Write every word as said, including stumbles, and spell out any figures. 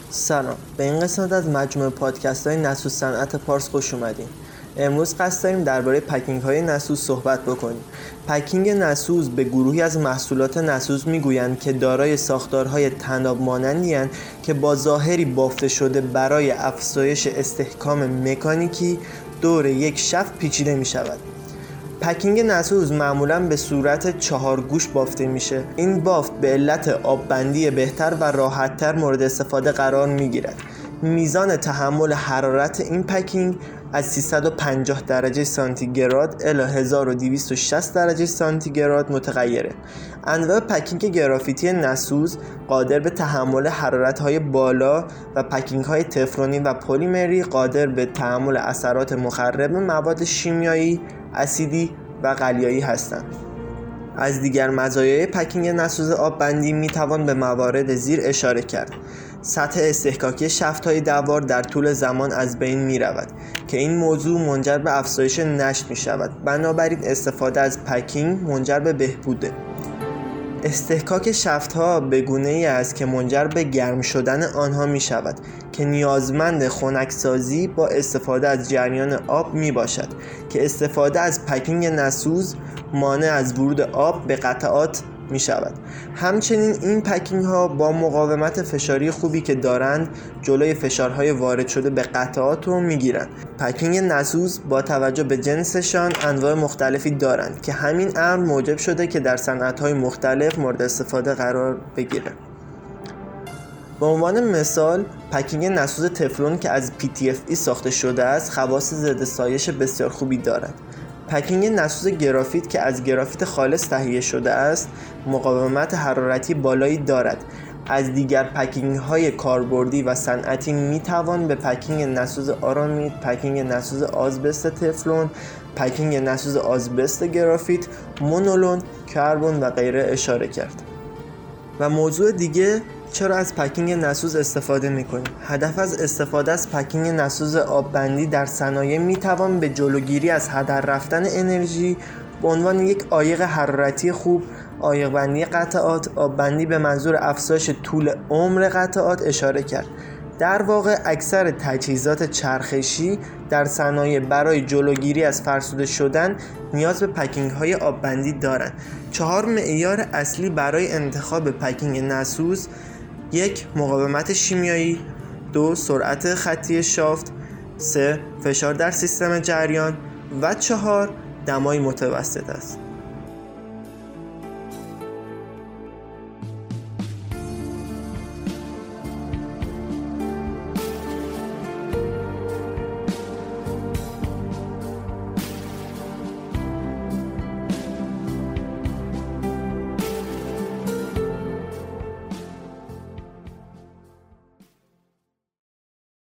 سلام، به این قسمت از مجموعه پادکست های نسوز صنعت پارس خوش اومدین. امروز قصد داریم درباره پکینگ های نسوز صحبت بکنیم. پکینگ نسوز به گروهی از محصولات نسوز میگویند که دارای ساختارهای طناب مانندی هستند که با ظاهری بافته شده برای افزایش استحکام مکانیکی دور یک شفت پیچیده می شود. پکینگ نسوز معمولاً به صورت چهار گوش بافته میشه. این بافت به علت آببندی بهتر و راحتتر مورد استفاده قرار میگیرد. میزان تحمل حرارت این پکینگ از سیصد و پنجاه درجه سانتیگراد الی هزار و دویست و شصت درجه سانتیگراد متغیره. انواع پکینگ گرافیتی نسوز قادر به تحمل حرارت‌های بالا و پکینگ‌های تفلونی و پلیمری قادر به تحمل اثرات مخرب مواد شیمیایی، اسیدی و قلیایی هستند. از دیگر مزایای پکینگ نسوز آببندی میتوان به موارد زیر اشاره کرد. سطح استحکاکی شفت‌های دوار در طول زمان از بین می‌رود که این موضوع منجر به افزایش نشت می‌شود. بنابراین استفاده از پکینگ منجر به بهبوده. استحکاک شفت‌ها به گونه‌ای است که منجر به گرم شدن آنها می‌شود که نیازمند خنک‌سازی با استفاده از جریان آب میباشد که استفاده از پکینگ نسوز مانع از ورود آب به قطعات می شود. همچنین این پکینگ ها با مقاومت فشاری خوبی که دارند جلوی فشارهای وارد شده به قطعات رو می گیرند. پکینگ نسوز با توجه به جنسشان انواع مختلفی دارند که همین امر موجب شده که در صنعت‌های مختلف مورد استفاده قرار بگیرند. به عنوان مثال پکینگ نسوز تفلون که از پی تی اف ای ساخته شده است خواص ضد سایش بسیار خوبی دارد. پکینگ نسوز گرافیت که از گرافیت خالص تهیه شده است مقاومت حرارتی بالایی دارد. از دیگر پکینگ های کاربردی و صنعتی می توان به پکینگ نسوز آرامید، پکینگ نسوز آزبست تفلون، پکینگ نسوز آزبست گرافیت، مونولون، کربن و غیره اشاره کرد. و موضوع دیگه، چرا از پکینگ نسوز استفاده می‌کنیم؟ هدف از استفاده از پکینگ نسوز آببندی در صنایع می‌توان به جلوگیری از هدر رفتن انرژی به عنوان یک عایق حرارتی خوب، عایق بندی قطعات، آببندی به منظور افزایش طول عمر قطعات اشاره کرد. در واقع اکثر تجهیزات چرخشی در صنایع برای جلوگیری از فرسوده شدن نیاز به پکینگ های آببندی دارند. چهار معیار اصلی برای انتخاب پکینگ نسوز: یک، مقاومت شیمیایی، دو، سرعت خطی شافت، سه، فشار در سیستم جریان و چهار، دمای متوسط است.